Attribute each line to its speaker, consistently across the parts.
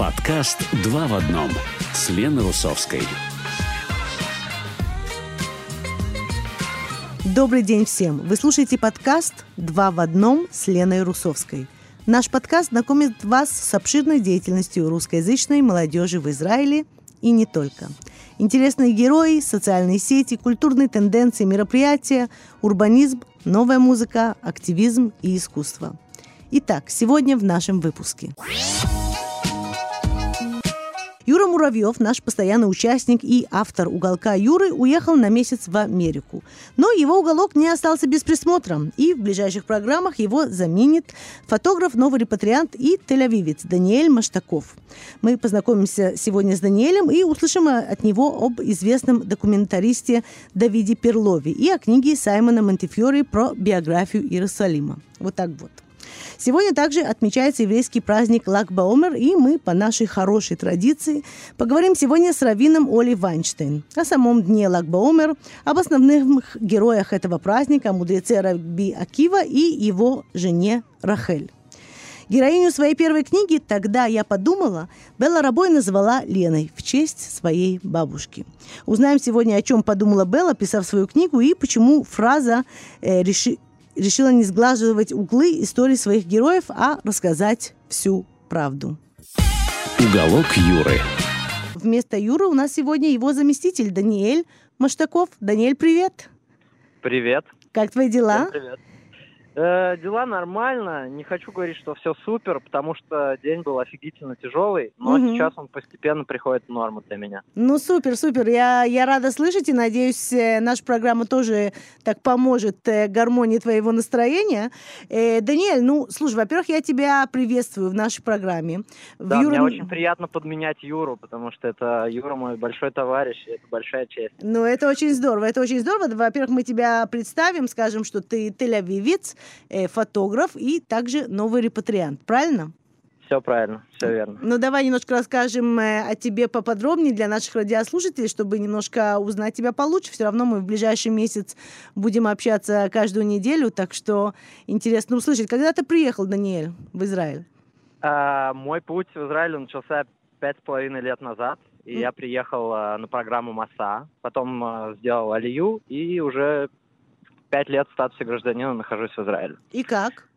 Speaker 1: Подкаст «Два в одном» с Леной Русовской.
Speaker 2: Добрый день всем! Вы слушаете подкаст «Два в одном» с Леной Русовской. Наш подкаст знакомит вас с обширной деятельностью русскоязычной молодежи в Израиле и не только. Интересные герои, социальные сети, культурные тенденции, мероприятия, урбанизм, новая музыка, активизм и искусство. Итак, сегодня в нашем выпуске. Юра Муравьев, наш постоянный участник и автор «Уголка Юры», уехал на месяц в Америку. Но его уголок не остался без присмотра, и в ближайших программах его заменит фотограф, новый репатриант и тель-авивец Даниэль Маштаков. Мы познакомимся сегодня с Даниэлем и услышим от него об известном документаристе Давиде Перлове и о книге Саймона Монтефьори про биографию Иерусалима. Вот так вот. Сегодня также отмечается еврейский праздник Лаг Баомер, и мы, по нашей хорошей традиции, поговорим сегодня с раввином Оли Вайнштейн о самом дне Лаг Баомер, об основных героях этого праздника, мудреце Раби Акива и его жене Рахель. Героиню своей первой книги «Тогда я подумала» Белла Рабой назвала Леной в честь своей бабушки. Узнаем сегодня, о чем подумала Белла, писав свою книгу, и почему фраза решила не сглаживать углы истории своих героев, а рассказать всю правду.
Speaker 1: Уголок Юры.
Speaker 2: Вместо Юры у нас сегодня его заместитель Даниэль Маштаков. Даниэль, привет.
Speaker 3: Привет.
Speaker 2: Как твои дела?
Speaker 3: Всем привет. Дела нормально. Не хочу говорить, что все супер, потому что день был офигительно тяжелый, но сейчас он постепенно приходит в норму для меня.
Speaker 2: Ну, супер. Я рада слышать и надеюсь, наша программа тоже так поможет гармонии твоего настроения. Даниэль, ну, слушай, во-первых, я тебя приветствую в нашей программе.
Speaker 3: Да, мне очень приятно подменять Юру, потому что это Юра мой большой товарищ, и это большая честь.
Speaker 2: Ну, это очень здорово. Во-первых, мы тебя представим, скажем, что ты тель-авивец, фотограф и также новый репатриант. Правильно?
Speaker 3: Все правильно, все верно.
Speaker 2: Ну, давай немножко расскажем о тебе поподробнее для наших радиослушателей, чтобы немножко узнать тебя получше. Все равно мы в ближайший месяц будем общаться каждую неделю, так что интересно услышать. Когда ты приехал, Даниэль, в Израиль?
Speaker 3: Мой путь в Израиль начался 5,5 лет назад. И я приехал на программу МАСА, потом сделал алию и уже 5 лет в статусе гражданина нахожусь в Израиле.
Speaker 2: И как?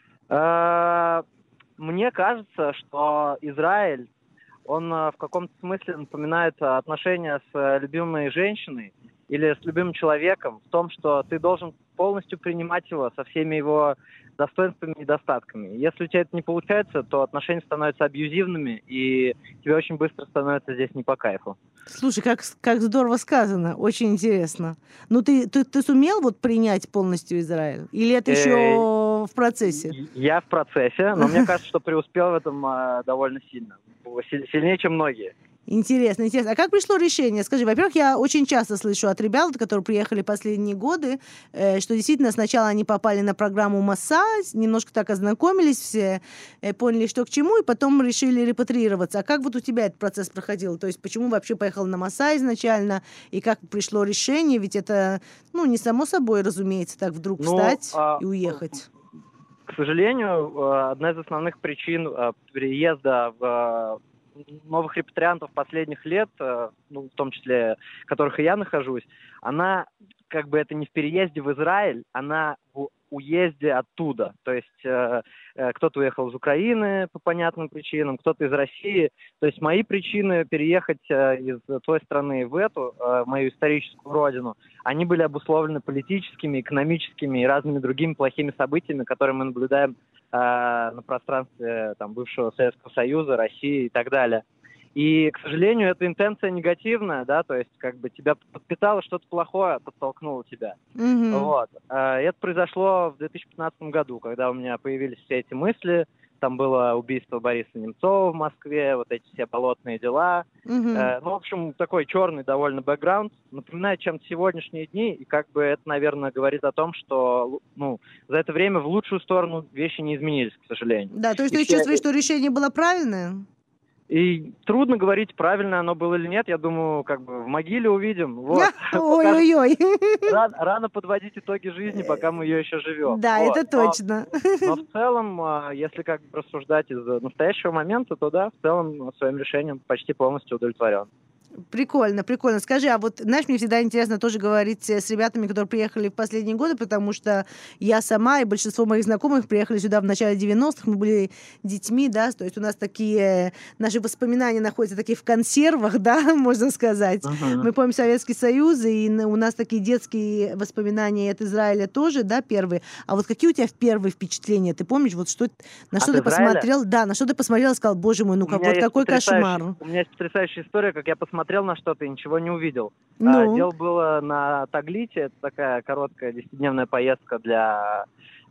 Speaker 3: Мне кажется, что Израиль, он в каком-то смысле напоминает отношения с любимой женщиной или с любимым человеком в том, что ты должен полностью принимать его со всеми его достоинствами и недостатками. Если у тебя это не получается, то отношения становятся абьюзивными, и тебе очень быстро становится здесь не по кайфу.
Speaker 2: Слушай, как здорово сказано, очень интересно. Ну, ты сумел вот принять полностью Израиль? Или это еще в процессе?
Speaker 3: Я в процессе, но мне кажется, что преуспел в этом довольно сильно. Сильнее, чем многие.
Speaker 2: Интересно. А как пришло решение? Скажи, во-первых, я очень часто слышу от ребят, которые приехали последние годы, что действительно сначала они попали на программу МАСА, немножко так ознакомились все, поняли, что к чему, и потом решили репатриироваться. А как вот у тебя этот процесс проходил? То есть почему вообще поехал на МАСА изначально, и как пришло решение? Ведь это, не само собой, разумеется, так вдруг встать и уехать.
Speaker 3: К сожалению, одна из основных причин переезда в новых репатриантов последних лет, в том числе, в которых и я нахожусь, она, это не в переезде в Израиль, она в уезде оттуда. То есть кто-то уехал из Украины по понятным причинам, кто-то из России. То есть мои причины переехать из той страны в эту, мою историческую родину, они были обусловлены политическими, экономическими и разными другими плохими событиями, которые мы наблюдаем на пространстве бывшего Советского Союза, России и так далее. И, к сожалению, эта интенция негативная, да, то есть тебя подпитало что-то плохое, подтолкнуло тебя. Вот. Это произошло в 2015 году, когда у меня появились все эти мысли. Там было убийство Бориса Немцова в Москве, вот эти все болотные дела. В общем, такой черный довольно бэкграунд. Напоминает чем-то сегодняшние дни, и это, наверное, говорит о том, что за это время в лучшую сторону вещи не изменились, к сожалению.
Speaker 2: Да, то есть ты чувствуешь, что решение было правильное?
Speaker 3: И трудно говорить, правильно оно было или нет. Я думаю, как бы в могиле увидим. Вот.
Speaker 2: Ой-ой-ой.
Speaker 3: Рано подводить итоги жизни, пока мы ее еще живем.
Speaker 2: Да,
Speaker 3: Вот.
Speaker 2: это точно.
Speaker 3: Но в целом, если как бы рассуждать из настоящего момента, то да, в целом своим решением почти полностью удовлетворен.
Speaker 2: Прикольно, прикольно. Скажи, а вот, знаешь, мне всегда интересно тоже говорить с ребятами, которые приехали в последние годы, потому что я сама и большинство моих знакомых приехали сюда в начале 90-х, мы были детьми, да, то есть у нас такие, наши воспоминания находятся такие в консервах, да, можно сказать. Мы помним Советский Союз, и у нас такие детские воспоминания от Израиля тоже, да, первые. А вот какие у тебя первые впечатления? Ты помнишь, вот что, на что ты посмотрел? Да, на что ты посмотрел и сказал, боже мой, ну-ка, вот какой кошмар.
Speaker 3: У меня есть потрясающая история, как я посмотрел на что-то и ничего не увидел.
Speaker 2: Ну?
Speaker 3: Дело было на Таглите, это такая короткая 10-дневная поездка для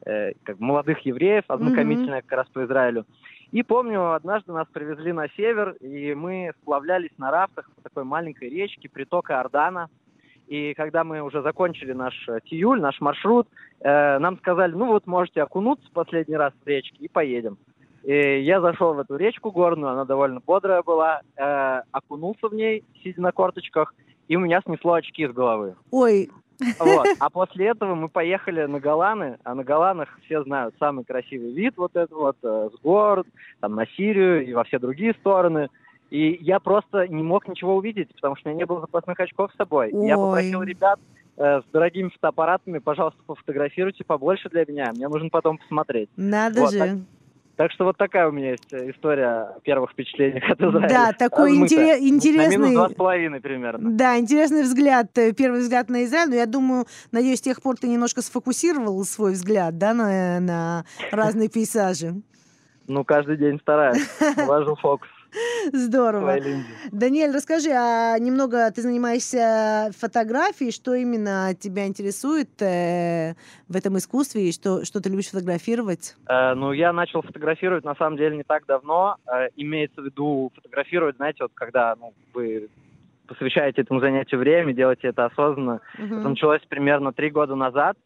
Speaker 3: как молодых евреев, ознакомительная как раз по Израилю. И помню, однажды нас привезли на север, и мы сплавлялись на рафтах по такой маленькой речке, притока Иордана. И когда мы уже закончили наш тиюль, наш маршрут, нам сказали, ну вот можете окунуться последний раз в речке и поедем. И я зашел в эту речку горную, она довольно бодрая была, окунулся в ней, сидя на корточках, и у меня снесло очки с головы.
Speaker 2: Ой.
Speaker 3: Вот. А после этого мы поехали на Голаны, а на Голанах все знают самый красивый вид вот этот вот, с гор, там на Сирию и во все другие стороны. И я просто не мог ничего увидеть, потому что у меня не было запасных очков с собой.
Speaker 2: Ой.
Speaker 3: Я попросил ребят с дорогими фотоаппаратами, пожалуйста, пофотографируйте побольше для меня, мне нужно потом посмотреть.
Speaker 2: Надо
Speaker 3: вот,
Speaker 2: же.
Speaker 3: Так что вот такая у меня есть история первых впечатлений от Израиля.
Speaker 2: Да, такой интересный...
Speaker 3: На минус 2,5 примерно.
Speaker 2: Да, интересный взгляд, первый взгляд на Израиль. Но я думаю, надеюсь, с тех пор ты немножко сфокусировал свой взгляд, да, на разные пейзажи.
Speaker 3: Ну, каждый день стараюсь, навожу фокус.
Speaker 2: Здорово. Даниэль, расскажи, а немного ты занимаешься фотографией, что именно тебя интересует в этом искусстве, и что ты любишь фотографировать?
Speaker 3: Ну, я начал фотографировать, на самом деле, не так давно. Имеется в виду фотографировать, знаете, вот когда вы посвящаете этому занятию время, делаете это осознанно. Это началось примерно 3 года назад,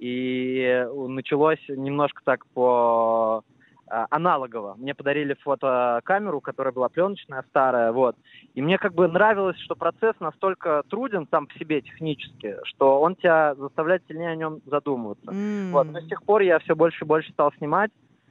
Speaker 3: и началось немножко так по... аналогово. Мне подарили фотокамеру, которая была пленочная, старая, вот. И мне как бы нравилось, что процесс настолько труден сам по себе технически, что он тебя заставляет сильнее о нем задумываться. Вот. Но с тех пор я все больше и больше стал снимать,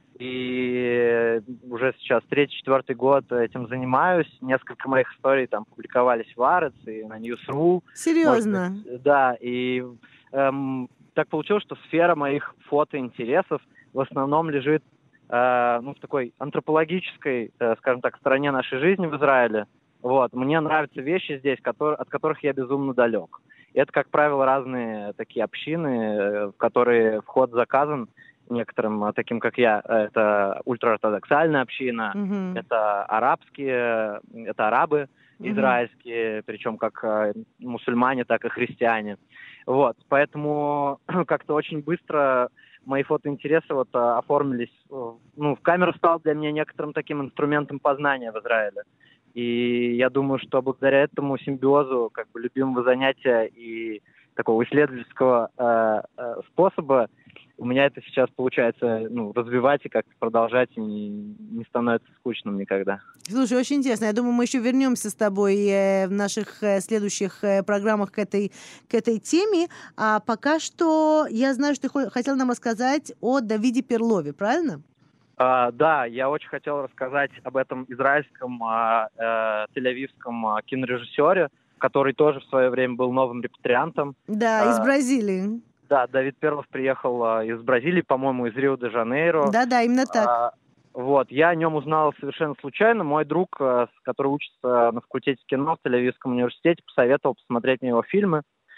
Speaker 3: и уже сейчас 3-4 год этим занимаюсь. Несколько моих историй там публиковались в Арец и на News.ru.
Speaker 2: Серьезно?
Speaker 3: Быть, да, и так получилось, что сфера моих фотоинтересов в основном лежит в такой антропологической, скажем так, стороне нашей жизни в Израиле. Вот. Мне нравятся вещи здесь, от которых я безумно далек. И это, как правило, разные такие общины, в которые вход заказан некоторым, таким как я. Это ультраортодоксальная община, это арабские, это арабы израильские, причем как мусульмане, так и христиане. Вот. Поэтому как-то очень быстро мои фотоинтересы оформились. В камеру стал для меня некоторым таким инструментом познания в Израиле. И я думаю, что благодаря этому симбиозу как бы любимого занятия и такого исследовательского способа у меня это сейчас получается развивать и как-то продолжать, и не становится скучным никогда.
Speaker 2: Слушай, очень интересно. Я думаю, мы еще вернемся с тобой в наших следующих программах к этой теме. А пока что я знаю, что ты хотел нам рассказать о Давиде Перлове, правильно?
Speaker 3: Да, я очень хотел рассказать об этом израильском, тель-авивском кинорежиссере, который тоже в свое время был новым репатриантом.
Speaker 2: Да, из Бразилии.
Speaker 3: Да, Давид Перлов приехал из Бразилии, по-моему, из Рио-де-Жанейро.
Speaker 2: Да, именно так.
Speaker 3: Вот, я о нем узнал совершенно случайно. Мой друг, который учится на факультете кино в Тель-Авивском университете, посоветовал посмотреть на его фильмы.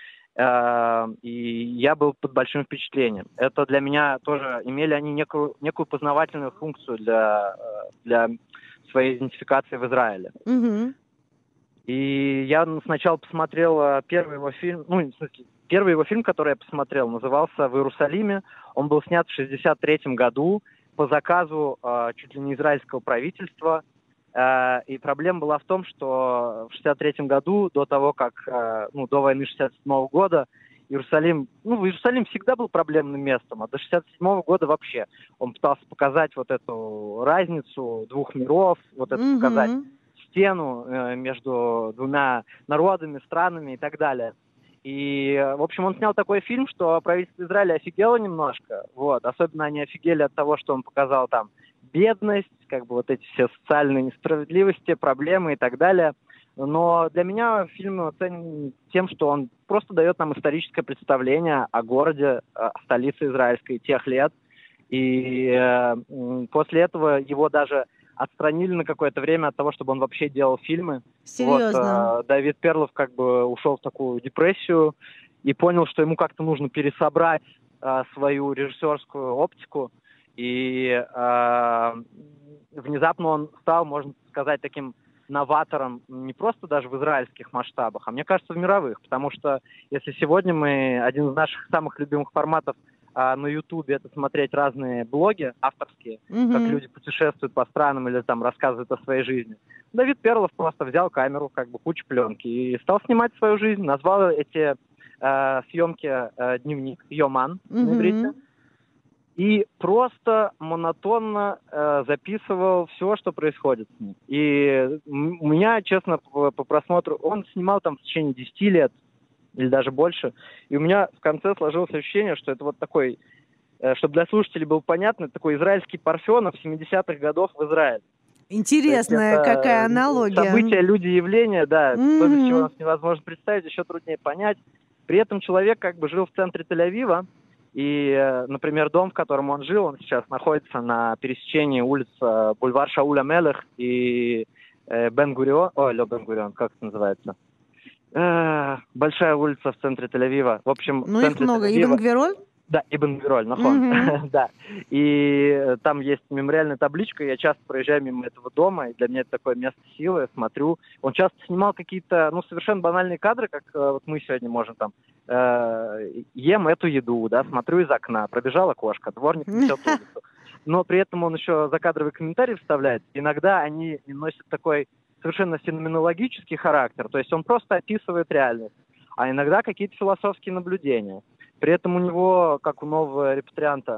Speaker 3: И я был под большим впечатлением. Это для меня тоже имели они некую познавательную функцию для своей идентификации в Израиле. И я сначала посмотрел первый его фильм, первый его фильм, который я посмотрел, назывался «В Иерусалиме». Он был снят в 1963 году по заказу чуть ли не израильского правительства. И проблема была в том, что в 1963 году, до того, как, до войны 1967 года, Иерусалим всегда был проблемным местом, а до 1967 года вообще. Он пытался показать вот эту разницу двух миров, вот это показать. стену между двумя народами, странами и так далее. И, в общем, он снял такой фильм, что правительство Израиля офигело немножко. Вот. Особенно они офигели от того, что он показал там бедность, как бы вот эти все социальные несправедливости, проблемы и так далее. Но для меня фильм ценен тем, что он просто дает нам историческое представление о городе, о столице израильской тех лет. И после этого его даже отстранили на какое-то время от того, чтобы он вообще делал фильмы.
Speaker 2: Серьезно?
Speaker 3: Вот, Давид Перлов как бы ушел в такую депрессию и понял, что ему как-то нужно пересобрать свою режиссерскую оптику. И внезапно он стал, можно сказать, таким новатором не просто даже в израильских масштабах, а мне кажется, в мировых. Потому что если сегодня один из наших самых любимых форматов на Ютубе это смотреть разные блоги авторские, как люди путешествуют по странам или там рассказывают о своей жизни. Давид Перлов просто взял камеру, как бы кучу пленки и стал снимать свою жизнь. Назвал эти съемки дневник, Йоман на иврите. И просто монотонно записывал все, что происходит с ним. И у меня, честно, по просмотру, он снимал там в течение 10 лет, или даже больше. И у меня в конце сложилось ощущение, что это вот такой, чтобы для слушателей было понятно, такой израильский Парфенов 70-х годов в Израиле.
Speaker 2: Интересная какая аналогия.
Speaker 3: События, люди, явления, да, то, без чего нас невозможно представить, еще труднее понять. При этом человек как бы жил в центре Тель-Авива, и, например, дом, в котором он жил, он сейчас находится на пересечении улиц бульвар Шауля Мелех и Бен-Гурион, Бен-Гурион, как это называется? Большая улица в центре Тель-Авива. В общем,
Speaker 2: ну, их много. Ибн-Гвироль?
Speaker 3: Да, Ибн-Гвироль, нахон. Да. И там есть мемориальная табличка, я часто проезжаю мимо этого дома, и для меня это такое место силы, смотрю. Он часто снимал какие-то, совершенно банальные кадры, как вот мы сегодня можем там ем эту еду, да, смотрю из окна, пробежала кошка, дворник несет улицу. Но при этом он еще закадровый комментарий вставляет. Иногда они носят такой совершенно феноменологический характер, то есть он просто описывает реальность, а иногда какие-то философские наблюдения. При этом у него, как у нового репатрианта,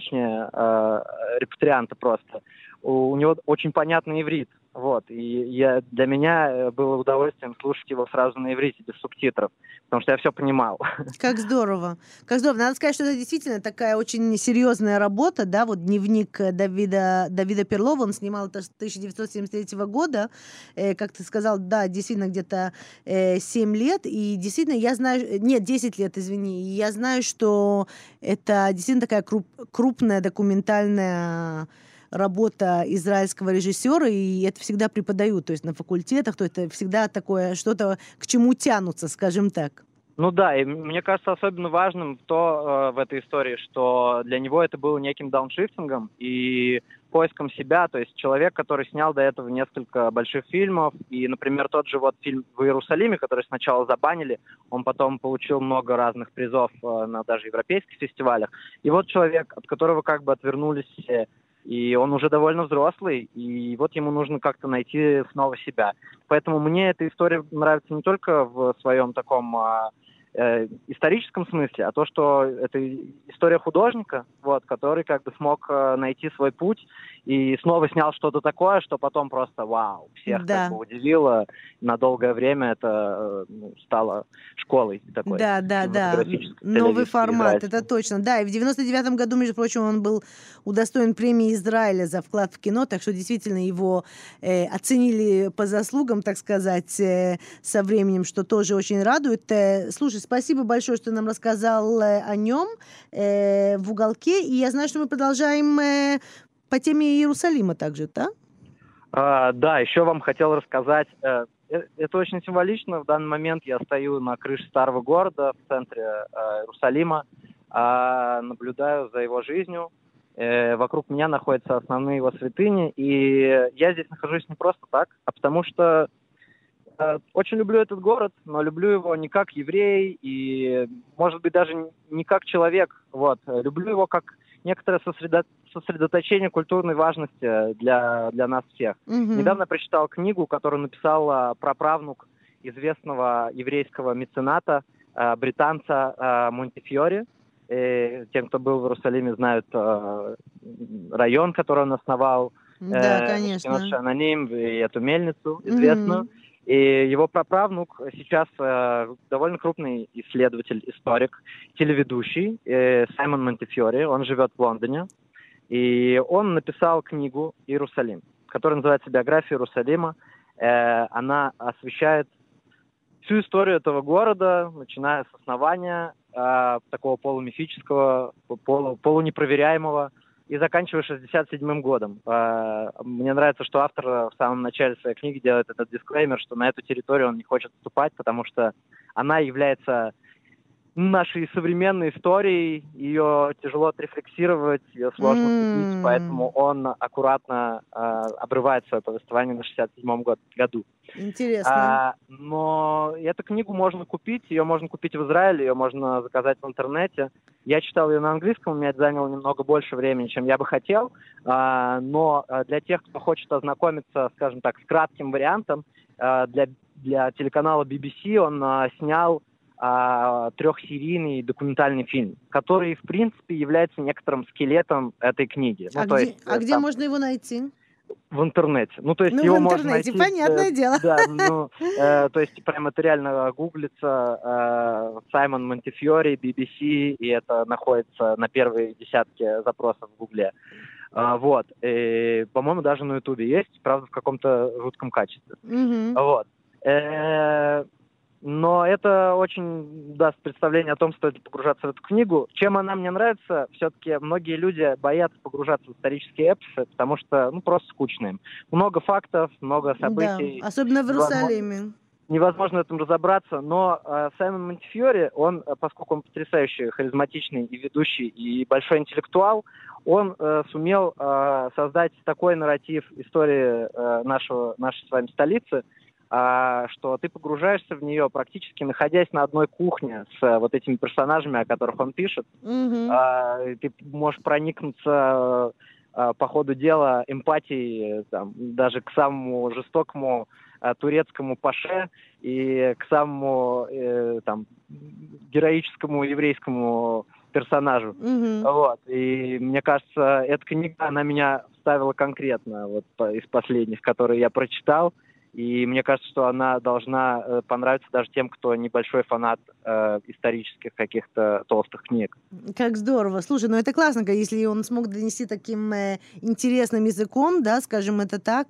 Speaker 3: репатрианта просто, у него очень понятный иврит. Вот. И для меня было удовольствием слушать его сразу на иврите, без субтитров, потому что я все понимал.
Speaker 2: Как здорово. Как здорово. Надо сказать, что это действительно такая очень серьезная работа, да, вот дневник Давида Перлова, он снимал это с 1973 года, как ты сказал, да, действительно где-то 7 лет, и действительно я знаю, нет, 10 лет, извини, и я знаю, что это действительно такая крупная документальная работа израильского режиссера, и это всегда преподают, то есть на факультетах, то это всегда такое что-то, к чему тянутся, скажем так.
Speaker 3: Ну да, и мне кажется особенно важным то в этой истории, что для него это было неким дауншифтингом и поиском себя, то есть человек, который снял до этого несколько больших фильмов, и, например, тот же вот фильм в Иерусалиме, который сначала забанили, он потом получил много разных призов на даже европейских фестивалях, и вот человек, от которого как бы отвернулись все, и он уже довольно взрослый, и вот ему нужно как-то найти снова себя. Поэтому мне эта история нравится не только в своем таком историческом смысле, а то, что это история художника, вот, который как бы смог найти свой путь и снова снял что-то такое, что потом просто вау, всех как бы удивило. На долгое время это стало школой такой.
Speaker 2: Да. Новый формат, это точно. Да, и в 99-м году, между прочим, он был удостоен премии Израиля за вклад в кино, так что действительно его оценили по заслугам, так сказать, со временем, что тоже очень радует. Слушай, спасибо большое, что ты нам рассказал о нем в уголке. И я знаю, что мы продолжаем по теме Иерусалима также, да?
Speaker 3: Да, еще вам хотел рассказать. Это очень символично. В данный момент я стою на крыше старого города в центре Иерусалима, наблюдаю за его жизнью. Вокруг меня находятся основные его святыни. И я здесь нахожусь не просто так, а потому что очень люблю этот город, но люблю его не как еврей и, может быть, даже не как человек. Вот. Люблю его как некоторое сосредоточение культурной важности для нас всех. Недавно прочитал книгу, которую написал праправнук известного еврейского мецената, британца Монтефьори. Тем, кто был в Иерусалиме, знают район, который он основал,
Speaker 2: Да, конечно.
Speaker 3: «Ночной аноним» и эту «Мельницу» известную. И его праправнук сейчас довольно крупный исследователь, историк, телеведущий Саймон Монтефьори. Он живет в Лондоне. И он написал книгу «Иерусалим», которая называется «Биография Иерусалима». Она освещает всю историю этого города, начиная с основания такого полумифического, полунепроверяемого, и заканчивая 67-м годом. Мне нравится, что автор в самом начале своей книги делает этот дисклеймер, что на эту территорию он не хочет вступать, потому что она является нашей современной историей, ее тяжело отрефлексировать, ее сложно купить, поэтому он аккуратно обрывает свое повествование на 67-м году.
Speaker 2: Интересно.
Speaker 3: Но эту книгу можно купить, ее можно купить в Израиле, ее можно заказать в интернете. Я читал ее на английском, у меня это заняло немного больше времени, чем я бы хотел, но для тех, кто хочет ознакомиться, скажем так, с кратким вариантом, для телеканала BBC он снял трехсерийный документальный фильм, который, в принципе, является некоторым скелетом этой книги.
Speaker 2: Где можно его найти?
Speaker 3: В интернете. То есть его
Speaker 2: в интернете,
Speaker 3: можно найти,
Speaker 2: понятное дело.
Speaker 3: Да, то есть прям это реально гуглится Саймон Монтефьори, BBC, и это находится на первой десятке запросов в Гугле. И, по-моему, даже на Ютубе есть, правда, в каком-то жутком качестве. Но это очень даст представление о том, стоит ли погружаться в эту книгу. Чем она мне нравится, все-таки многие люди боятся погружаться в исторические эпосы, потому что, просто скучно им. Много фактов, много событий.
Speaker 2: Да, особенно в Иерусалиме.
Speaker 3: Невозможно в этом разобраться, но Саймон Монтефьори, он, поскольку он потрясающий, харизматичный и ведущий, и большой интеллектуал, он сумел создать такой нарратив истории нашей с вами столицы, что ты погружаешься в нее практически находясь на одной кухне с вот этими персонажами, о которых он пишет. Ты можешь проникнуться по ходу дела эмпатией даже к самому жестокому турецкому паше и к самому героическому еврейскому персонажу. И мне кажется, эта книга, она меня вставила конкретно из последних, которые я прочитал. И мне кажется, что она должна понравиться даже тем, кто небольшой фанат исторических каких-то толстых книг.
Speaker 2: Как здорово. Слушай, это классно, если он смог донести таким интересным языком, да, скажем это так,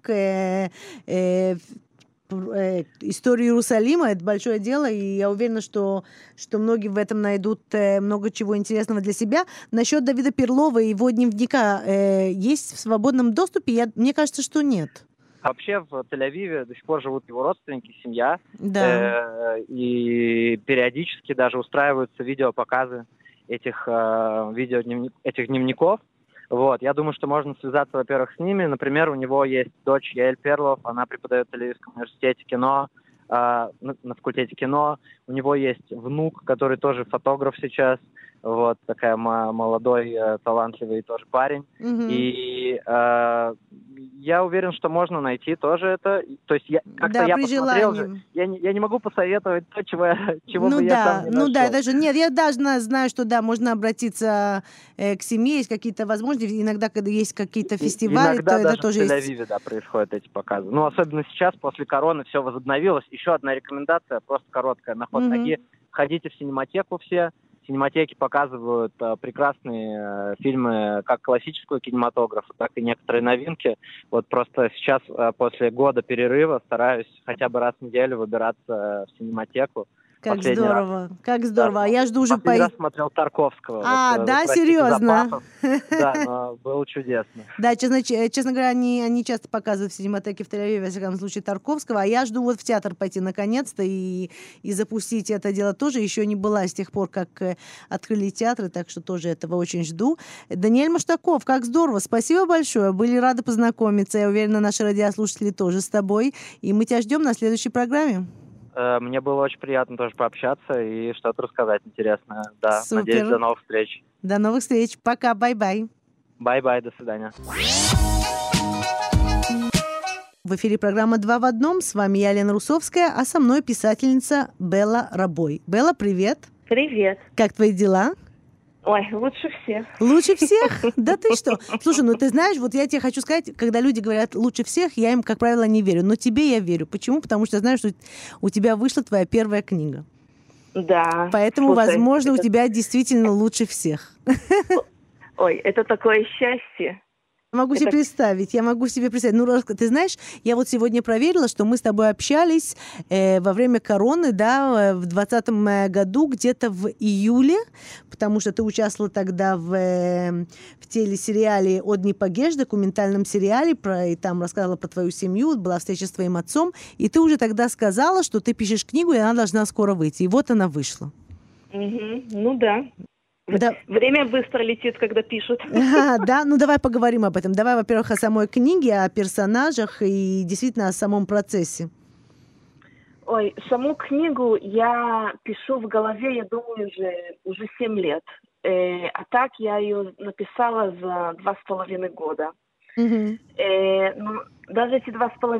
Speaker 2: историю Иерусалима. Это большое дело, и я уверена, что многие в этом найдут много чего интересного для себя. Насчет Давида Перлова и его дневника есть в свободном доступе? Мне кажется, что нет.
Speaker 3: Вообще в Тель-Авиве до сих пор живут его родственники, семья.
Speaker 2: Да.
Speaker 3: И периодически даже устраиваются видеопоказы этих дневников. Я думаю, что можно связаться, во-первых, с ними. Например, у него есть дочь Яэль Перлов, она преподает в Тель-Авивском университете кино, на факультете кино. У него есть внук, который тоже фотограф сейчас. Такая молодой, талантливый тоже парень. И я уверен, что можно найти тоже это. То есть я посмотрел же, я не могу посоветовать то, чего бы я сам не нашел.
Speaker 2: Я даже знаю, что можно обратиться к семье, есть какие-то возможности. Иногда, когда есть какие-то фестивали,
Speaker 3: иногда
Speaker 2: то
Speaker 3: даже
Speaker 2: это тоже
Speaker 3: в Тель-Авиве, происходят эти показы. Особенно сейчас, после короны, все возобновилось. Еще одна рекомендация, просто короткая, на ход ноги. Ходите в синематеку все. Синематеки показывают прекрасные фильмы как классического кинематографа, так и некоторые новинки. Просто сейчас, после года перерыва, стараюсь хотя бы раз в неделю выбираться в синематеку.
Speaker 2: Как здорово, как здорово. А я жду уже...
Speaker 3: Последний раз смотрел Тарковского.
Speaker 2: Да, серьезно?
Speaker 3: Да, но было чудесно.
Speaker 2: Да, честно говоря, они часто показывают в синематеке в Тель-Авиве, во всяком случае, Тарковского, а я жду в театр пойти наконец-то и запустить это дело тоже. Еще не была с тех пор, как открыли театры, так что тоже этого очень жду. Даниэль Маштаков, как здорово, спасибо большое, были рады познакомиться. Я уверена, наши радиослушатели тоже с тобой, и мы тебя ждем на следующей программе.
Speaker 3: Мне было очень приятно тоже пообщаться и что-то рассказать интересное. Да,
Speaker 2: супер.
Speaker 3: Надеюсь, до новых встреч.
Speaker 2: До новых встреч. Пока, бай-бай.
Speaker 3: Бай-бай, до свидания.
Speaker 2: В эфире программа «Два в одном». С вами я, Лена Русовская, а со мной писательница Белла Рабой. Белла, привет.
Speaker 4: Привет.
Speaker 2: Как твои дела?
Speaker 4: Ой, лучше всех.
Speaker 2: Лучше всех? Да ты что? Слушай, ну ты знаешь, вот я тебе хочу сказать, когда люди говорят лучше всех, я им, как правило, не верю. Но тебе я верю. Почему? Потому что я знаю, что у тебя вышла твоя первая книга.
Speaker 4: Да.
Speaker 2: Поэтому,
Speaker 4: Слушай,
Speaker 2: возможно, у тебя действительно лучше всех.
Speaker 4: Ой, это такое счастье.
Speaker 2: Я могу себе представить. Ну, ты знаешь, я вот сегодня проверила, что мы с тобой общались во время короны, да, в 2020 году, где-то в июле, потому что ты участвовала тогда в телесериале «Одни Пагеш», документальном сериале, и там рассказывала про твою семью, была встреча с твоим отцом, и ты уже тогда сказала, что ты пишешь книгу, и она должна скоро выйти. И вот она вышла.
Speaker 4: Ну да.
Speaker 2: Да.
Speaker 4: Время быстро летит, когда пишут.
Speaker 2: Да, ну давай поговорим об этом. Давай, во-первых, о самой книге, о персонажах и действительно о самом процессе.
Speaker 4: Ой, саму книгу я пишу в голове, я думаю, уже 7 лет. А так я ее написала за 2,5 года. Ну, даже эти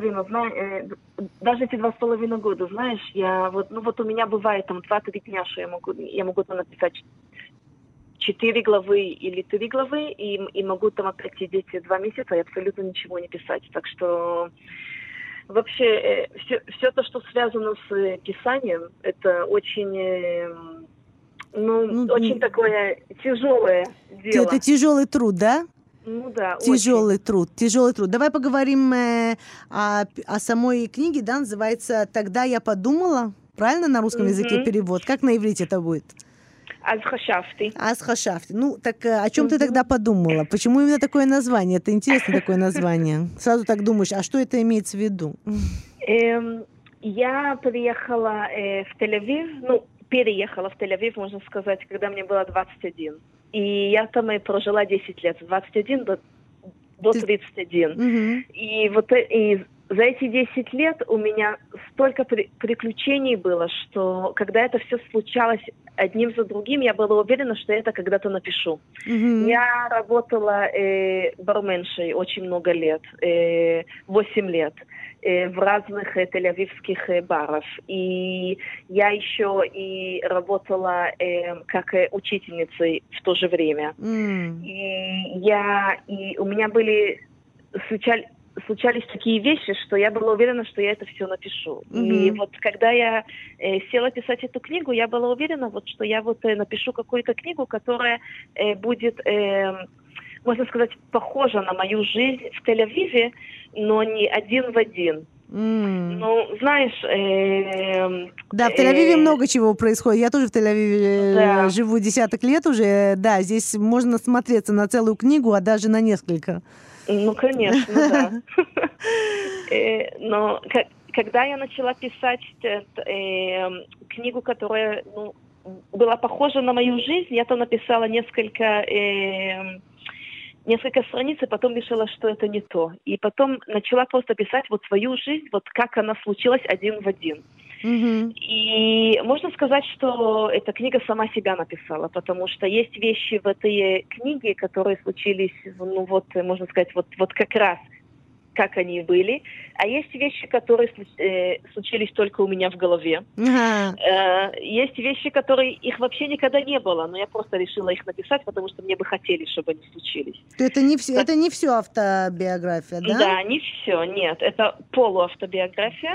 Speaker 4: 2,5 года, знаешь, я вот у меня бывает там 2-3 дня, что я могу там написать 4 главы или 3 главы, и могу там опять сидеть 2 месяца и абсолютно ничего не писать. Так что вообще все то, что связано с писанием, это очень, очень такое тяжелое дело.
Speaker 2: Это тяжелый труд, да?
Speaker 4: Ну да,
Speaker 2: тяжелый труд. Давай поговорим о самой книге, да, называется «Тогда я подумала». Правильно на русском языке перевод? Как на иврите это будет?
Speaker 4: Аз
Speaker 2: хашафти. Ну, так о чем ты тогда подумала? Почему именно такое название? Это интересное такое название. Сразу так думаешь, а что это имеется в виду?
Speaker 4: Я переехала в Тель-Авив, можно сказать, когда мне было 21. И я там и прожила 10 лет, с 21 до 31. И за эти 10 лет у меня столько приключений было, что когда это все случалось одним за другим, я была уверена, что я это когда-то напишу. Я работала барменшей очень много лет, 8 лет, в разных тель-авивских барах. И я еще и работала как учительницей в то же время. И у меня случались такие вещи, что я была уверена, что я это все напишу. И вот когда я села писать эту книгу, я была уверена, что я напишу какую-то книгу, которая будет, можно сказать, похожа на мою жизнь в Тель-Авиве, но не один в один. Ну, знаешь...
Speaker 2: Да, в Тель-Авиве много чего происходит. Я тоже в Тель-Авиве живу десяток лет уже. Да, здесь можно смотреться на целую книгу, а даже на несколько.
Speaker 4: Ну, конечно, да. Но когда я начала писать книгу, которая была похожа на мою жизнь, я там написала несколько страниц, и потом решила, что это не то. И потом начала просто писать свою жизнь, как она случилась один в один. И можно сказать, что эта книга сама себя написала, потому что есть вещи в этой книге, которые случились, можно сказать, как раз как они были, а есть вещи, которые случились только у меня в голове. Есть вещи, которые их вообще никогда не было, но я просто решила их написать, потому что мне бы хотелось, чтобы они случились.
Speaker 2: Это не все автобиография, да?
Speaker 4: Да, не все, нет. Это полуавтобиография.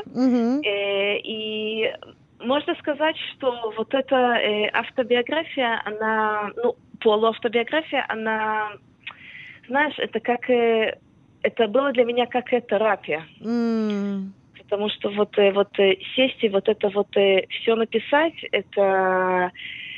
Speaker 4: И можно сказать, что эта автобиография, она, полуавтобиография, она, знаешь, это как... Это было для меня как терапия. Потому что сесть и это все написать, это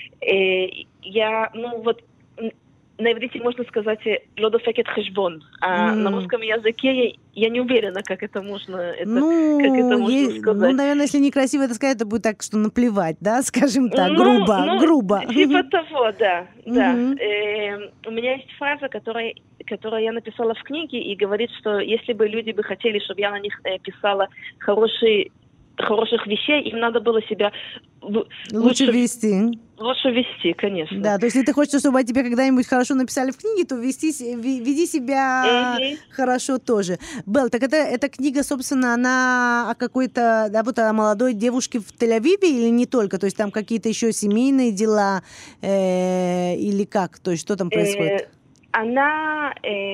Speaker 4: я, на иврите можно сказать «лодофекет хэшбон», а на русском языке я не уверена, как это можно, сказать.
Speaker 2: Наверное, если некрасиво это сказать, это будет так, что наплевать, да, скажем так, грубо.
Speaker 4: Типа того, да. У меня есть фраза, которую я написала в книге, и говорит, что если бы люди бы хотели, чтобы я на них писала хороших вещей, им надо было себя
Speaker 2: лучше вести.
Speaker 4: Лучше вести, конечно.
Speaker 2: Да, то есть если ты хочешь, чтобы о тебе когда-нибудь хорошо написали в книге, то веди себя хорошо тоже. Белл, так эта книга, собственно, она о какой-то, да, вот о молодой девушке в Тель-Авиве или не только? То есть там какие-то еще семейные дела или как? То есть что там происходит?
Speaker 4: Она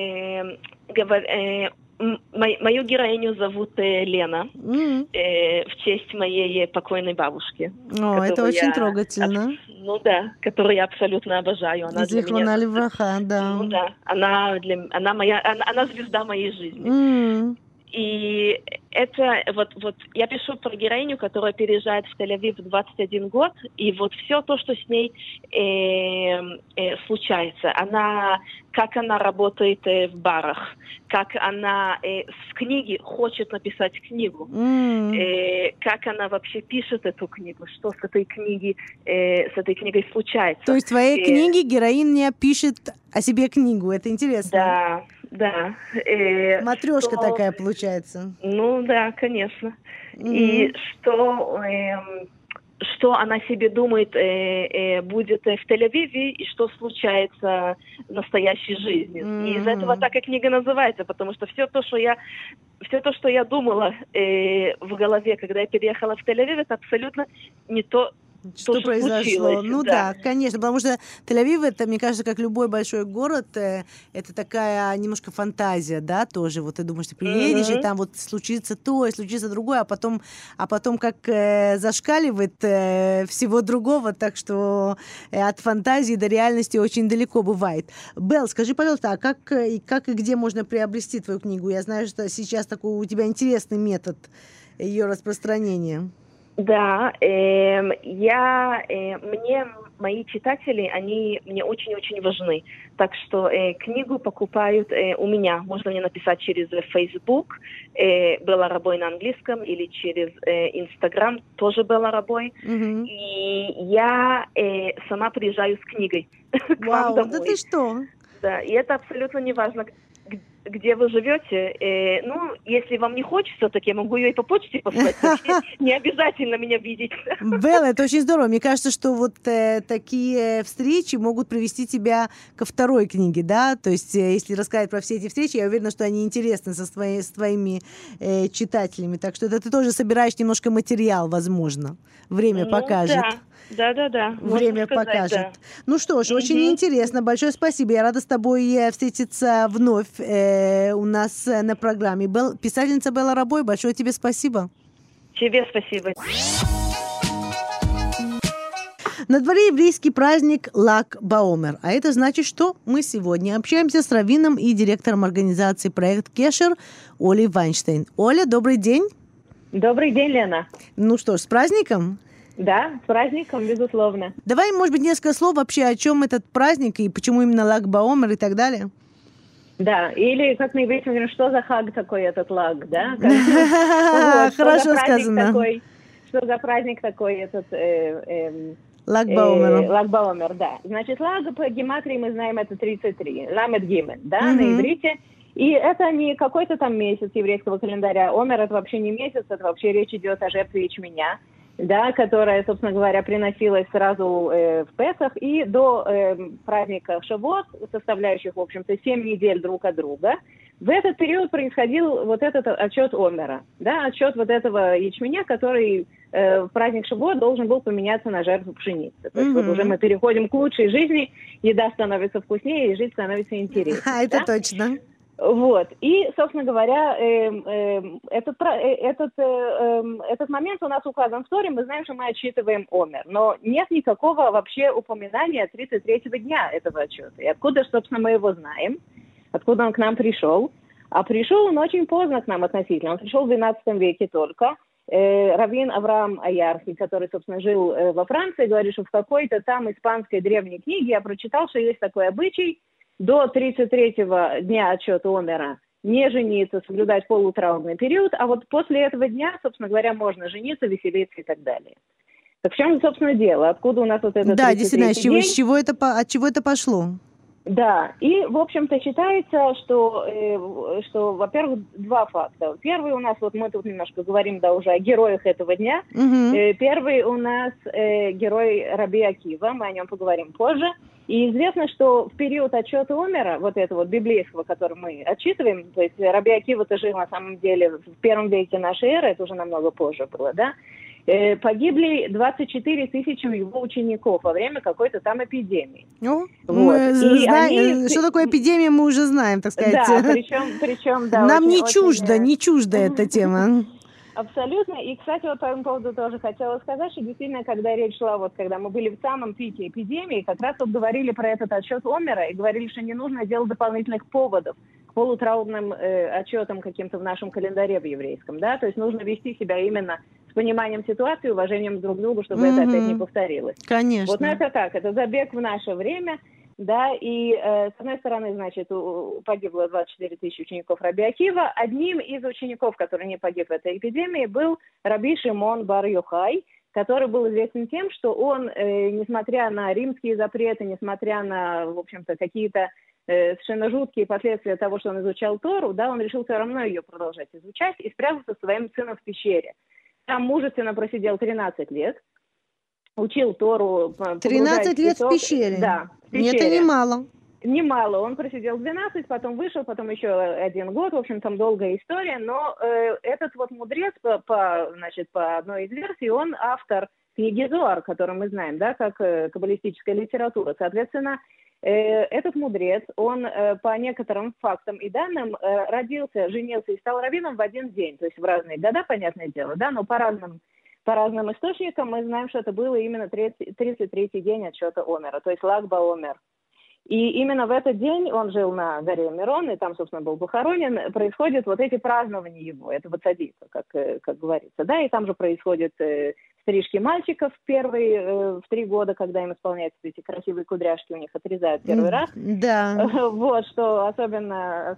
Speaker 4: мою героиню зовут Лена, в честь моей покойной бабушки.
Speaker 2: Это очень трогательно.
Speaker 4: Ну да, которую я абсолютно обожаю. Она для меня...
Speaker 2: Левраха, да.
Speaker 4: Ну да, она звезда моей жизни. И это вот я пишу про героиню, которая переезжает в Тель-Авив в 21 год, и вот все то, что с ней случается, как она работает в барах, как она с книги хочет написать книгу, как она вообще пишет эту книгу, что с этой книгой случается.
Speaker 2: То есть в твоей книге героиня пишет о себе книгу, это интересно.
Speaker 4: Да.
Speaker 2: Матрешка такая получается.
Speaker 4: Ну да, конечно. И что она себе думает будет в Тель-Авиве и что случается в настоящей жизни. И из этого так и книга называется, потому что все то, что я думала в голове, когда я переехала в Тель-Авив, это абсолютно не то,
Speaker 2: что произошло. Ну да, конечно, потому что Тель-Авив, это, мне кажется, как любой большой город, это такая немножко фантазия, да, тоже. Вот ты думаешь, ты приедешь, и там вот случится то, и случится другое, а потом как зашкаливает всего другого, так что от фантазии до реальности очень далеко бывает. Белл, скажи, пожалуйста, а как и где можно приобрести твою книгу? Я знаю, что сейчас такой у тебя интересный метод ее распространения.
Speaker 4: Да, мои читатели, они мне очень-очень важны. Так что книгу покупают у меня. Можно мне написать через Facebook, Белла Рабой на английском, или через Instagram, тоже Белла Рабой. И я сама приезжаю с книгой к вам домой.
Speaker 2: Да ты что?
Speaker 4: Да, и это абсолютно не важно, где вы живете. Если вам не хочется, так я могу ее и по почте послать. Не обязательно меня видеть.
Speaker 2: Белла, это очень здорово. Мне кажется, что вот такие встречи могут привести тебя ко второй книге, да? То есть, если рассказать про все эти встречи, я уверена, что они интересны с твоими читателями. Так что это ты тоже собираешь немножко материал, возможно. Время покажет.
Speaker 4: Да.
Speaker 2: Время покажет. Да. Ну что ж, очень интересно. Большое спасибо. Я рада с тобой встретиться вновь у нас на программе. Писательница Белла Рабой, большое тебе спасибо.
Speaker 4: Тебе спасибо.
Speaker 2: На дворе еврейский праздник Лаг Баомер. А это значит, что мы сегодня общаемся с раввином и директором организации «Проект Кешер» Олей Вайнштейн. Оля, добрый день.
Speaker 5: Добрый день, Лена.
Speaker 2: Ну что ж, с праздником.
Speaker 5: Да, с праздником, безусловно.
Speaker 2: Давай, может быть, несколько слов вообще, о чем этот праздник и почему именно Лаг Баомер и так далее.
Speaker 5: Да, или как на иврите говорят, что за хаг такой этот лаг, да?
Speaker 2: Хорошо сказано.
Speaker 5: Что за праздник такой этот...
Speaker 2: Лаг Баомер.
Speaker 5: Лаг Баомер, да. Значит, лаг по гематрии мы знаем, это 33. Ламет гимен, да, на иврите. И это не какой-то там месяц еврейского календаря. Омер — это вообще не месяц, это вообще речь идет о жертве ячменя, да, которая, собственно говоря, приносилась сразу в Песах и до праздника Шавуот, составляющих, в общем-то, 7 недель друг от друга. В этот период происходил вот этот отчет Омера, да, отчет вот этого ячменя, который в праздник Шавуот должен был поменяться на жертву пшеницы. То есть вот уже мы переходим к лучшей жизни, еда становится вкуснее, и жизнь становится интереснее.
Speaker 2: Это точно.
Speaker 5: Вот. И, собственно говоря, этот момент у нас указан в Торе, мы знаем, что мы отчитываем Омер, но нет никакого вообще упоминания 33-го дня этого отчета. И откуда, собственно, мы его знаем, откуда он к нам пришел? А пришел он очень поздно к нам относительно, он пришел в XII веке только. Раввин Авраам Аярхи, который, собственно, жил во Франции, говорит, что в какой-то там испанской древней книге я прочитал, что есть такой обычай, до 33-го дня отчета Омера не жениться, соблюдать полутраурный период, а вот после этого дня, собственно говоря, можно жениться, веселиться и так далее. Так в чем, собственно, дело? Откуда у нас вот это 33-й день?
Speaker 2: Да, действительно, от чего это пошло?
Speaker 5: Да, и, в общем-то, считается, что, во-первых, два факта. Первый у нас, вот мы тут немножко говорим, да, уже о героях этого дня. Первый у нас герой Раби Акива, мы о нем поговорим позже. И известно, что в период отчета Омера, вот этого вот библейского, который мы отчитываем, то есть Раби Акива-то жил на самом деле в первом веке нашей эры, это уже намного позже было, да, погибли 24 тысячи его учеников во время какой-то там эпидемии.
Speaker 2: Ну, вот. Что такое эпидемия, мы уже знаем, так сказать.
Speaker 5: Да, причем, да.
Speaker 2: Нам не чужда эта тема.
Speaker 5: Абсолютно. И, кстати, вот по этому поводу тоже хотела сказать, что действительно, когда речь шла, вот когда мы были в самом пике эпидемии, как раз вот говорили про этот отчет Омера и говорили, что не нужно делать дополнительных поводов к полутраурным отчетам каким-то в нашем календаре в еврейском, да, то есть нужно вести себя именно с пониманием ситуации, уважением друг к другу, чтобы это опять не повторилось.
Speaker 2: Конечно.
Speaker 5: Вот, ну, это так, это забег в наше время. Да, и с одной стороны, значит, погибло 24 тысячи учеников Раби Акива. Одним из учеников, который не погиб в этой эпидемии, был Раби Шимон бар Йохай, который был известен тем, что он, несмотря на римские запреты, несмотря на, в общем-то, какие-то совершенно жуткие последствия того, что он изучал Тору, да, он решил все равно ее продолжать изучать и спрятался со своим сыном в пещере. Там мужественно просидел 13 лет. Учил Тору.
Speaker 2: 13 лет в пещере?
Speaker 5: Да, в пещере.
Speaker 2: Это немало.
Speaker 5: Немало. Он просидел 12, потом вышел, потом еще 1 год. В общем, там долгая история. Но этот вот мудрец, по одной из версий, он автор книги Зоар, которую мы знаем, да, как каббалистическая литература. Соответственно, этот мудрец, он по некоторым фактам и данным родился, женился и стал раввином в один день. То есть в разные года, понятное дело, да, но по разным источникам мы знаем, что это было именно 33-й день отчета Омера, то есть Lag BaOmer. И именно в этот день он жил на горе Мирон, и там, собственно, был похоронен. Происходят вот эти празднования его, этого цадика, как говорится. Да, и там же происходят стрижки мальчиков в 3 года, когда им исполняются эти красивые кудряшки, у них отрезают первый раз.
Speaker 2: Да.
Speaker 5: Вот, что особенно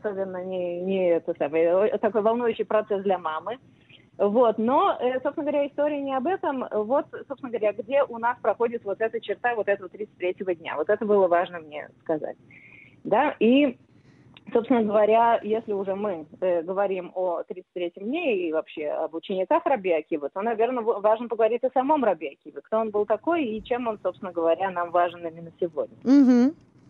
Speaker 5: не такой волнующий процесс для мамы. Вот, но, собственно говоря, история не об этом. Вот, собственно говоря, где у нас проходит вот эта черта вот этого 33-го дня. Вот это было важно мне сказать. Да, и, собственно говоря, если уже мы говорим о 33-м дне и вообще об учениках Раби Акивы, то, наверное, важно поговорить о самом Раби Акиве. Кто он был такой и чем он, собственно говоря, нам важен именно сегодня.
Speaker 2: Угу.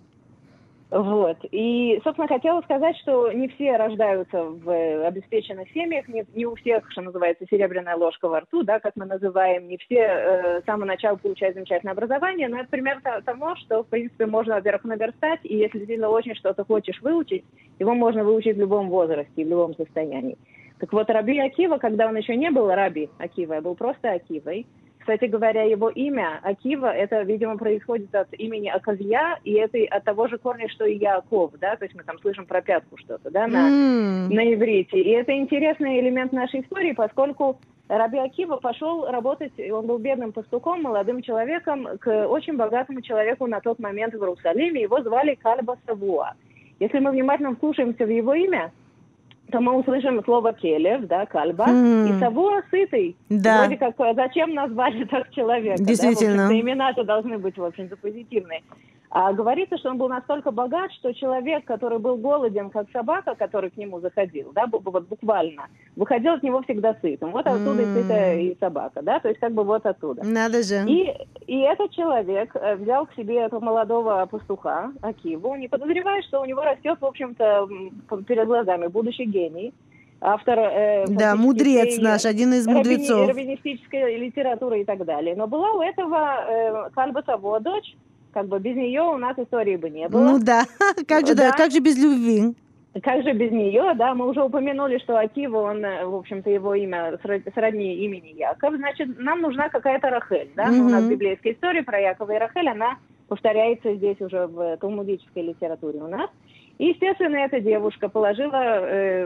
Speaker 5: Вот. И, собственно, хотела сказать, что не все рождаются в обеспеченных семьях, не у всех, что называется, серебряная ложка во рту, да, как мы называем, не все с самого начала получают замечательное образование, но это пример того, что, в принципе, можно, во-первых, наверстать, и если действительно очень что-то хочешь выучить, его можно выучить в любом возрасте и в любом состоянии. Так вот, Раби Акива, когда он еще не был Раби Акива, а был просто Акивой. Кстати говоря, его имя Акива, это, видимо, происходит от имени Аказья, и это от того же корня, что и Яаков, да, то есть мы там слышим про пятку что-то, да, на иврите. И это интересный элемент нашей истории, поскольку Раби Акива пошел работать, он был бедным пастухом, молодым человеком, к очень богатому человеку на тот момент в Иерусалиме, его звали Кальба Савуа. Если мы внимательно вслушаемся в его имя, то мы услышим слово «келев», да, «кальба», и «савуа» — «сытый».
Speaker 2: Да.
Speaker 5: Вроде как, зачем назвали так человека?
Speaker 2: Действительно.
Speaker 5: Да? Имена-то должны быть, в общем-то, позитивные. А говорится, что он был настолько богат, что человек, который был голоден, как собака, который к нему заходил, да, вот буквально, выходил от него всегда сытым. Вот оттуда и сытая и собака, да, то есть как бы вот оттуда.
Speaker 2: Надо же.
Speaker 5: И этот человек взял к себе этого молодого пастуха, Акиву, не подозревая, что у него растет, в общем-то, перед глазами будущий гений. Автор...
Speaker 2: да, мудрец наш, один из мудрецов.
Speaker 5: Раввинистической литературы и так далее. Но была у этого Кальба Савуа дочь, как бы без нее у нас истории бы не было.
Speaker 2: Ну да, как же без любви?
Speaker 5: Как же без нее, да, мы уже упомянули, что Акива, он, в общем-то, его имя сродни имени Яков, значит, нам нужна какая-то Рахель, да, у нас библейская история про Якова и Рахель, она повторяется здесь уже в талмудической литературе у нас. И, естественно, эта девушка положила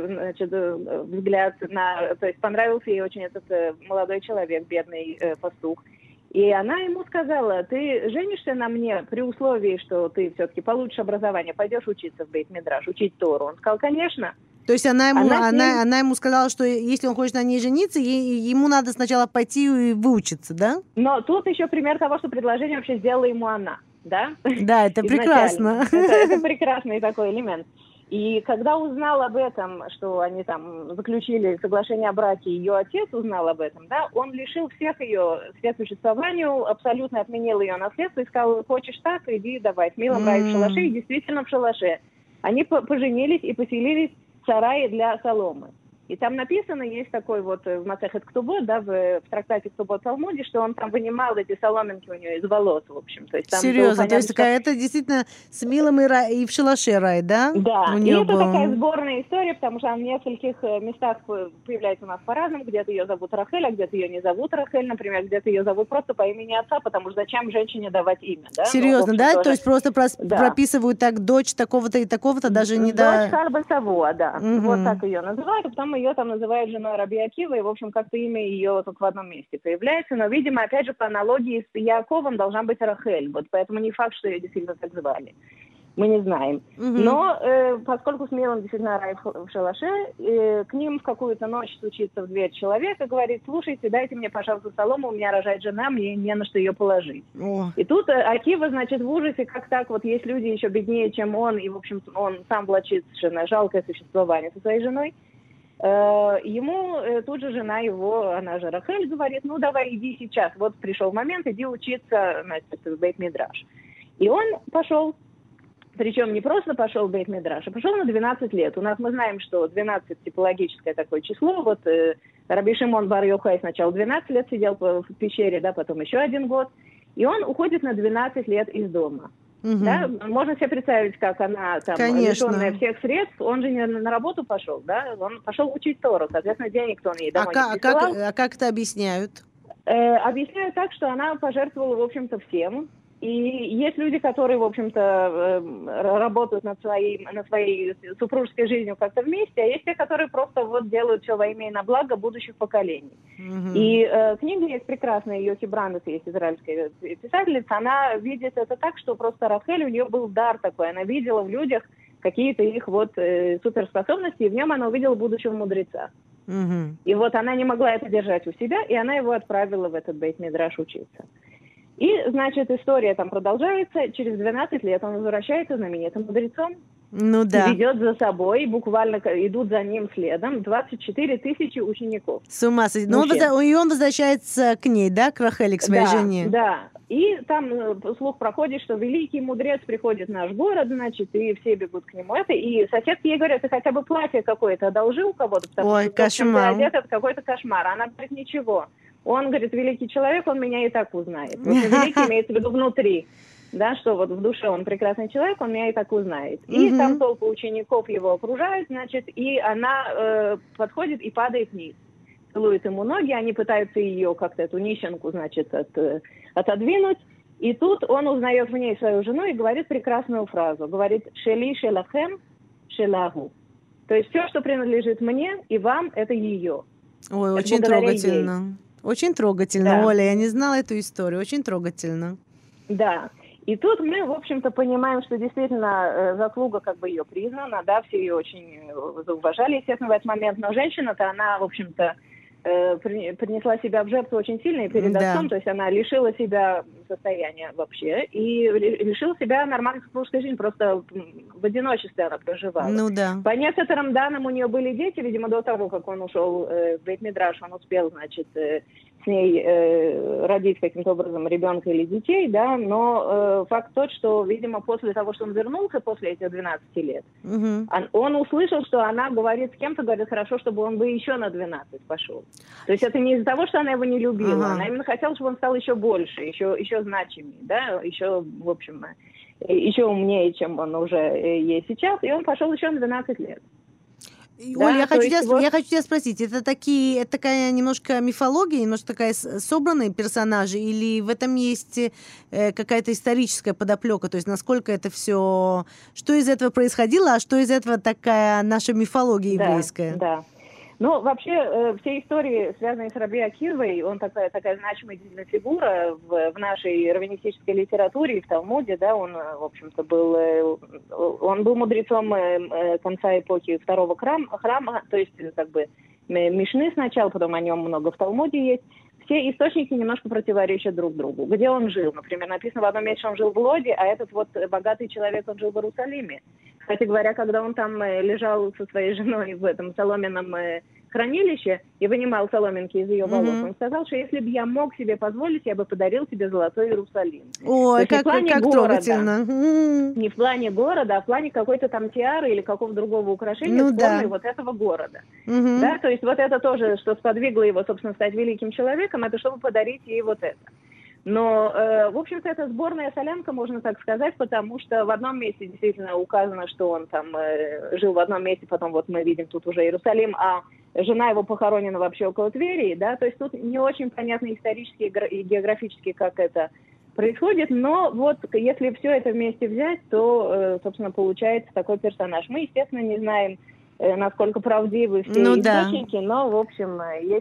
Speaker 5: взгляд на... То есть понравился ей очень этот молодой человек, бедный пастух. И она ему сказала: ты женишься на мне при условии, что ты все-таки получишь образование, пойдешь учиться в Бейт-Мидраш, учить Тору. Он сказал: конечно.
Speaker 2: То есть она ему сказала, что если он хочет на ней жениться, ему надо сначала пойти и выучиться, да?
Speaker 5: Но тут еще пример того, что предложение вообще сделала ему она. да?
Speaker 2: Да, это прекрасно.
Speaker 5: Это прекрасный такой элемент. И когда узнал об этом, что они там заключили соглашение о браке, ее отец узнал об этом, да, он лишил всех ее существованию, абсолютно отменил ее наследство и сказал: хочешь так, иди давай, с милым рай в шалаше, и действительно в шалаше. Они поженились и поселились в сарае для соломы. И там написано, есть такой вот в Масехет Ктубот, да, в трактате Ктубот Талмуде, что он там вынимал эти соломинки у нее из волос, в общем. То есть, там
Speaker 2: серьезно? То есть это действительно с милым и в шалаше рай, да?
Speaker 5: Да, и это такая сборная история, потому что она в нескольких местах появляется у нас по-разному. Где-то ее зовут Рахель, а где-то ее не зовут Рахель, например, где-то ее зовут просто по имени отца, потому что зачем женщине давать имя, да?
Speaker 2: Серьезно, да? Тоже... То есть просто прописывают так дочь такого-то и такого-то, даже не до...
Speaker 5: Дочь Харба Савуа, да. Вот так ее называют, а потом ее там называют женой Раби Акива, и, в общем, как-то имя ее только в одном месте появляется. Но, видимо, опять же, по аналогии с Яаковом должна быть Рахель. Вот поэтому не факт, что ее действительно так звали. Мы не знаем. Но поскольку с милым действительно рай в шалаше, к ним в какую-то ночь стучится в дверь человек и говорит: слушайте, дайте мне, пожалуйста, солому, у меня рожает жена, мне не на что ее положить. И тут Акива, значит, в ужасе, как так, вот есть люди еще беднее, чем он, и, в общем, он сам влачит совершенно жалкое существование со своей женой. Ему тут же жена его, она же Рахель, говорит: ну давай иди сейчас, вот пришел момент, иди учиться, значит, в Бейт-Мидраш. И он пошел, причем не просто пошел в Бейт-Мидраш, а пошел на 12 лет. У нас мы знаем, что 12 типологическое такое число, вот Раби Шимон бар Йохай сначала 12 лет сидел в пещере, да, потом еще 1 год, и он уходит на 12 лет из дома. Да? Можно себе представить, как она там лишенная всех средств, он же не на работу пошел, да, он пошел учить Тору, соответственно, денег-то он ей домой не присылал.
Speaker 2: А как это объясняют?
Speaker 5: Объясняют так, что она пожертвовала, в общем-то, всем. И есть люди, которые, в общем-то, работают над своей супружеской жизнью как-то вместе, а есть те, которые просто вот делают все во имя и на благо будущих поколений. И книга есть прекрасная, Йохи Брандес, есть израильская писательница, она видит это так, что просто Рахель, у нее был дар такой, она видела в людях какие-то их вот суперспособности, и в нем она увидела будущего мудреца. И вот она не могла это держать у себя, и она его отправила в этот Бейт-Мидраш учиться. И, значит, история там продолжается. Через 12 лет он возвращается знаменитым мудрецом.
Speaker 2: Ну да.
Speaker 5: Ведет за собой, буквально идут за ним следом 24 тысячи учеников.
Speaker 2: С ума сойти. Но он возвращается к ней, да, к Рахеле, к своей жене?
Speaker 5: Да. И там слух проходит, что великий мудрец приходит в наш город, значит, и все бегут к нему. И соседки ей говорят: ты хотя бы платье какое-то одолжил у кого-то, потому что
Speaker 2: кошмар.
Speaker 5: Ты одет, это какой-то кошмар. Она говорит: ничего. Он говорит: великий человек, он меня и так узнает. Великий имеется в виду внутри. Да, что вот в душе он прекрасный человек, он меня и так узнает. И там толпа учеников его окружает, значит, и она подходит и падает вниз. Целует ему ноги, они пытаются ее как-то, эту нищенку, значит, отодвинуть. И тут он узнает в ней свою жену и говорит прекрасную фразу. Говорит: «Шели шелахем шелаху». То есть все, что принадлежит мне и вам, это ее.
Speaker 2: Ой, это очень трогательно. Ей. Очень трогательно, да. Оля, я не знала эту историю, очень трогательно.
Speaker 5: Да. И тут мы, в общем-то, понимаем, что действительно заслуга как бы ее признана, да, все ее очень зауважали, естественно, в этот момент, но женщина-то, она, в общем-то, принесла себя в жертву очень сильно и перед отцом, то есть она лишила себя состояния вообще и лишила себя нормальной супружеской жизни, просто в одиночестве она проживала.
Speaker 2: Ну да.
Speaker 5: По некоторым данным, у нее были дети, видимо, до того, как он ушел в Бейт-Мидраш, он успел, значит, с ней родить каким-то образом ребенка или детей, да, но факт тот, что, видимо, после того, что он вернулся, после этих 12 лет, он услышал, что она говорит с кем-то, говорит: хорошо, чтобы он бы еще на 12 пошел. То есть это не из-за того, что она его не любила, она именно хотела, чтобы он стал еще больше, еще значимее, да, еще, в общем, еще умнее, чем он уже есть сейчас, и он пошел еще на 12 лет.
Speaker 2: Оля, я хочу тебя спросить, это такая немножко мифология, немножко такая собранные персонажи, или в этом есть какая-то историческая подоплека, то есть насколько это все, что из этого происходило, а что из этого такая наша мифология еврейская?
Speaker 5: Да. Ну, вообще, все истории, связанные с Раби Акивой, он такая значимая фигура в нашей раввинистической литературе и в Талмуде, да, он, в общем-то, был мудрецом конца эпохи второго храма, то есть, как бы, Мишны сначала, потом о нем много в Талмуде есть. все источники немножко противоречат друг другу. Где он жил? Например, написано в одном месте, что он жил в Лоде, а этот вот богатый человек, он жил в Иерусалиме. Кстати говоря, когда он там лежал со своей женой в этом соломенном хранилище и вынимал соломинки из ее волос, он сказал, что если бы я мог себе позволить, я бы подарил тебе золотой Иерусалим.
Speaker 2: Ой, как трогательно.
Speaker 5: Не в плане города, а в плане какой-то там тиары или какого-то другого украшения с формой вот этого города. Да, то есть вот это тоже, что сподвигло его, собственно, стать великим человеком, это чтобы подарить ей вот это. Но, в общем-то, это сборная солянка, можно так сказать, потому что в одном месте действительно указано, что он там жил в одном месте, потом вот мы видим тут уже Иерусалим, а жена его похоронена вообще около Твери, да, то есть тут не очень понятно исторически и географически, как это происходит, но вот если все это вместе взять, то, собственно, получается такой персонаж. Мы, естественно, не знаем, насколько правдивы все источники, но, в общем,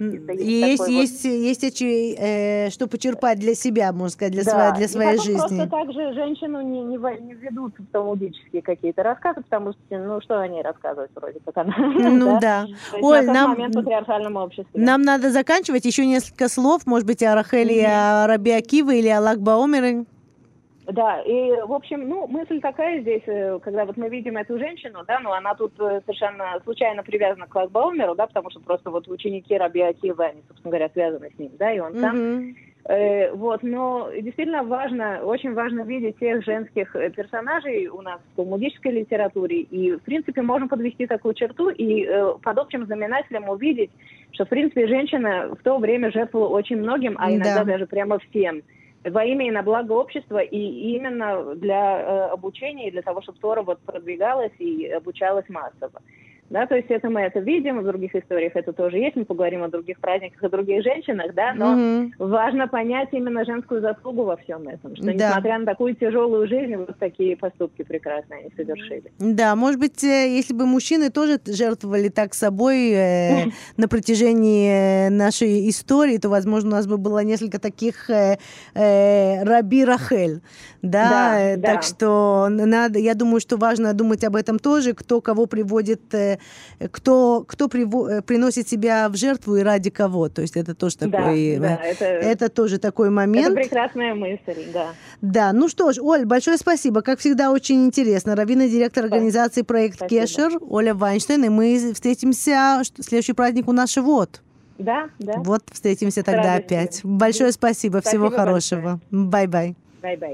Speaker 2: есть что почерпать для себя, можно сказать, для своей жизни.
Speaker 5: Просто так же женщину не ведут в талмудические какие-то рассказы, потому что, что они рассказывают вроде как она.
Speaker 2: Оль,
Speaker 5: нам в патриархальном обществе.
Speaker 2: Нам надо заканчивать. Еще несколько слов, может быть, о Рахеле, о Раби Акиве или о Лаг Баомере.
Speaker 5: Да, и, в общем, мысль такая здесь, когда вот мы видим эту женщину, да, она тут совершенно случайно привязана к Лаг Баомеру, да, потому что просто вот ученики Раби Акивы, они, собственно говоря, связаны с ним, да, и он сам. Но действительно очень важно видеть тех женских персонажей у нас в талмудической литературе, и, в принципе, можно подвести такую черту и под общим знаменателем увидеть, что, в принципе, женщина в то время жертвовала очень многим, а иногда даже прямо всем, во имя и на благо общества, и именно для обучения, и для того, чтобы Тора вот продвигалась и обучалась массово. Да, то есть мы это видим, в других историях это тоже есть, мы поговорим о других праздниках, о других женщинах, да, но важно понять именно женскую заслугу во всем этом, что несмотря на такую тяжелую жизнь, вот такие поступки прекрасные они совершили.
Speaker 2: Да, может быть, если бы мужчины тоже жертвовали так собой на протяжении нашей истории, то, возможно, у нас бы было несколько таких Раби Рахель, да, так что я думаю, что важно думать об этом тоже, кто кого приводит, кто приносит себя в жертву и ради кого. То есть это тоже такой, это тоже такой момент.
Speaker 5: Это прекрасная мысль, да.
Speaker 2: Да, ну что ж, Оль, большое спасибо. Как всегда, очень интересно. Раввин, директор организации «Проект Кешер», Оля Вайнштейн, и мы встретимся, следующий праздник у нас Шивот.
Speaker 5: Да.
Speaker 2: Вот, встретимся тогда опять. Большое спасибо, всего хорошего. Бай-бай.
Speaker 5: Бай-бай.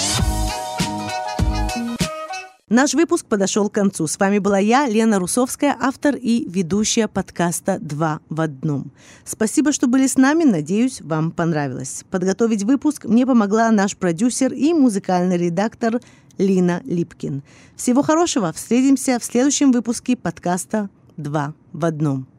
Speaker 2: Наш выпуск подошел к концу. С вами была я, Лена Русовская, автор и ведущая подкаста «Два в одном». Спасибо, что были с нами. Надеюсь, вам понравилось. Подготовить выпуск мне помогла наш продюсер и музыкальный редактор Лина Липкин. Всего хорошего. Встретимся в следующем выпуске подкаста «Два в одном».